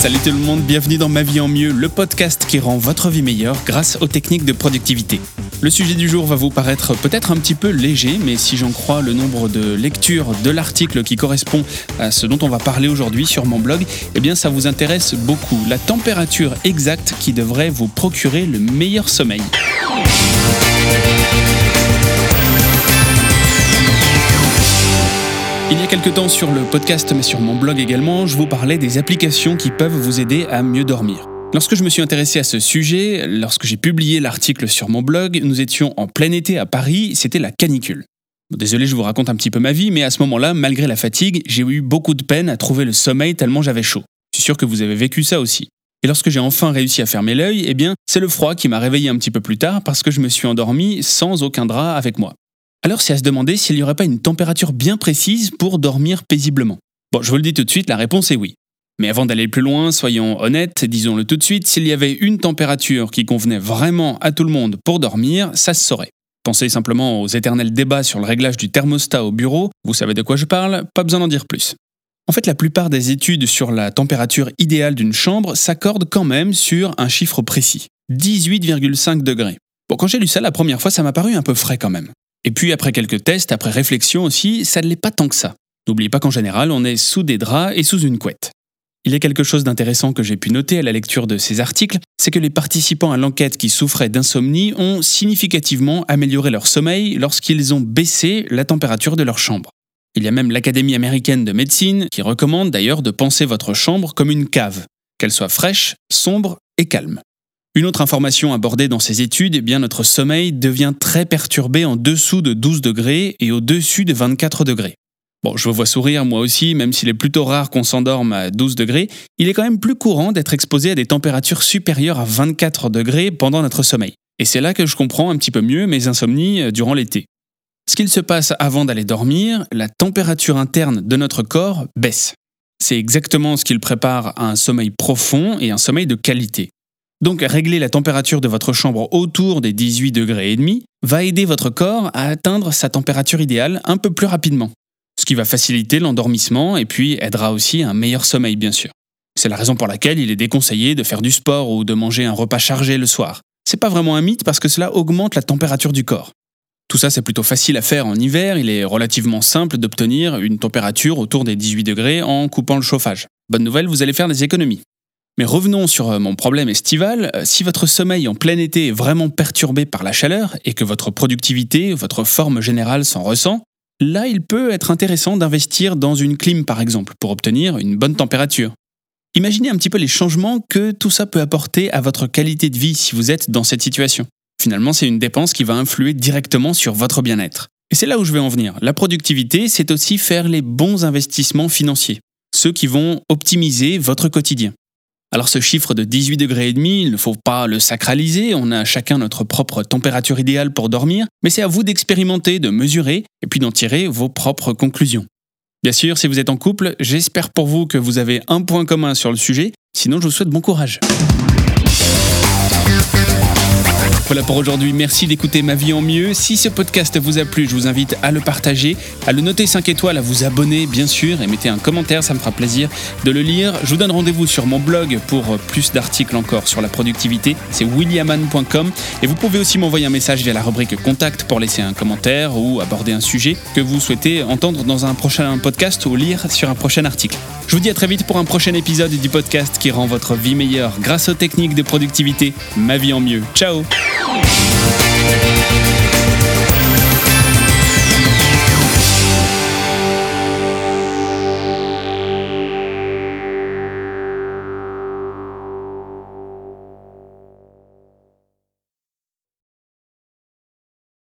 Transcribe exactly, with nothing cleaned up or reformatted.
Salut tout le monde, bienvenue dans Ma vie en mieux, le podcast qui rend votre vie meilleure grâce aux techniques de productivité. Le sujet du jour va vous paraître peut-être un petit peu léger, mais si j'en crois le nombre de lectures de l'article qui correspond à ce dont on va parler aujourd'hui sur mon blog, eh bien ça vous intéresse beaucoup. La température exacte qui devrait vous procurer le meilleur sommeil. Il y a quelques temps sur le podcast, mais sur mon blog également, je vous parlais des applications qui peuvent vous aider à mieux dormir. Lorsque je me suis intéressé à ce sujet, lorsque j'ai publié l'article sur mon blog, nous étions en plein été à Paris, c'était la canicule. Désolé, je vous raconte un petit peu ma vie, mais à ce moment-là, malgré la fatigue, j'ai eu beaucoup de peine à trouver le sommeil tellement j'avais chaud. Je suis sûr que vous avez vécu ça aussi. Et lorsque j'ai enfin réussi à fermer l'œil, eh bien, c'est le froid qui m'a réveillé un petit peu plus tard parce que je me suis endormi sans aucun drap avec moi. Alors c'est à se demander s'il n'y aurait pas une température bien précise pour dormir paisiblement. Bon, je vous le dis tout de suite, la réponse est oui. Mais avant d'aller plus loin, soyons honnêtes, disons-le tout de suite, s'il y avait une température qui convenait vraiment à tout le monde pour dormir, ça se saurait. Pensez simplement aux éternels débats sur le réglage du thermostat au bureau, vous savez de quoi je parle, pas besoin d'en dire plus. En fait, la plupart des études sur la température idéale d'une chambre s'accordent quand même sur un chiffre précis, dix-huit virgule cinq degrés. Bon, quand j'ai lu ça la première fois, ça m'a paru un peu frais quand même. Et puis après quelques tests, après réflexion aussi, ça ne l'est pas tant que ça. N'oubliez pas qu'en général, on est sous des draps et sous une couette. Il y a quelque chose d'intéressant que j'ai pu noter à la lecture de ces articles, c'est que les participants à l'enquête qui souffraient d'insomnie ont significativement amélioré leur sommeil lorsqu'ils ont baissé la température de leur chambre. Il y a même l'Académie américaine de médecine qui recommande d'ailleurs de penser votre chambre comme une cave, qu'elle soit fraîche, sombre et calme. Une autre information abordée dans ces études, eh bien notre sommeil devient très perturbé en dessous de douze degrés et au-dessus de vingt-quatre degrés. Bon, je vous vois sourire moi aussi, même s'il est plutôt rare qu'on s'endorme à douze degrés, il est quand même plus courant d'être exposé à des températures supérieures à vingt-quatre degrés pendant notre sommeil. Et c'est là que je comprends un petit peu mieux mes insomnies durant l'été. Ce qu'il se passe avant d'aller dormir, la température interne de notre corps baisse. C'est exactement ce qu'il prépare à un sommeil profond et un sommeil de qualité. Donc régler la température de votre chambre autour des dix-huit degrés et demi va aider votre corps à atteindre sa température idéale un peu plus rapidement. Ce qui va faciliter l'endormissement et puis aidera aussi à un meilleur sommeil bien sûr. C'est la raison pour laquelle il est déconseillé de faire du sport ou de manger un repas chargé le soir. C'est pas vraiment un mythe parce que cela augmente la température du corps. Tout ça c'est plutôt facile à faire en hiver, il est relativement simple d'obtenir une température autour des dix-huit degrés en coupant le chauffage. Bonne nouvelle, vous allez faire des économies. Mais revenons sur mon problème estival, si votre sommeil en plein été est vraiment perturbé par la chaleur et que votre productivité, votre forme générale s'en ressent, là il peut être intéressant d'investir dans une clim par exemple pour obtenir une bonne température. Imaginez un petit peu les changements que tout ça peut apporter à votre qualité de vie si vous êtes dans cette situation. Finalement c'est une dépense qui va influer directement sur votre bien-être. Et c'est là où je vais en venir. La productivité, c'est aussi faire les bons investissements financiers, ceux qui vont optimiser votre quotidien. Alors ce chiffre de dix-huit degrés et demi, il ne faut pas le sacraliser, on a chacun notre propre température idéale pour dormir, mais c'est à vous d'expérimenter, de mesurer et puis d'en tirer vos propres conclusions. Bien sûr, si vous êtes en couple, j'espère pour vous que vous avez un point commun sur le sujet, sinon je vous souhaite bon courage. Voilà pour aujourd'hui, merci d'écouter Ma vie en mieux. Si ce podcast vous a plu, je vous invite à le partager, à le noter cinq étoiles, à vous abonner bien sûr et mettez un commentaire, ça me fera plaisir de le lire. Je vous donne rendez-vous sur mon blog pour plus d'articles encore sur la productivité, c'est williaman point com et vous pouvez aussi m'envoyer un message via la rubrique Contact pour laisser un commentaire ou aborder un sujet que vous souhaitez entendre dans un prochain podcast ou lire sur un prochain article. Je vous dis à très vite pour un prochain épisode du podcast qui rend votre vie meilleure grâce aux techniques de productivité. Ma vie en mieux. Ciao!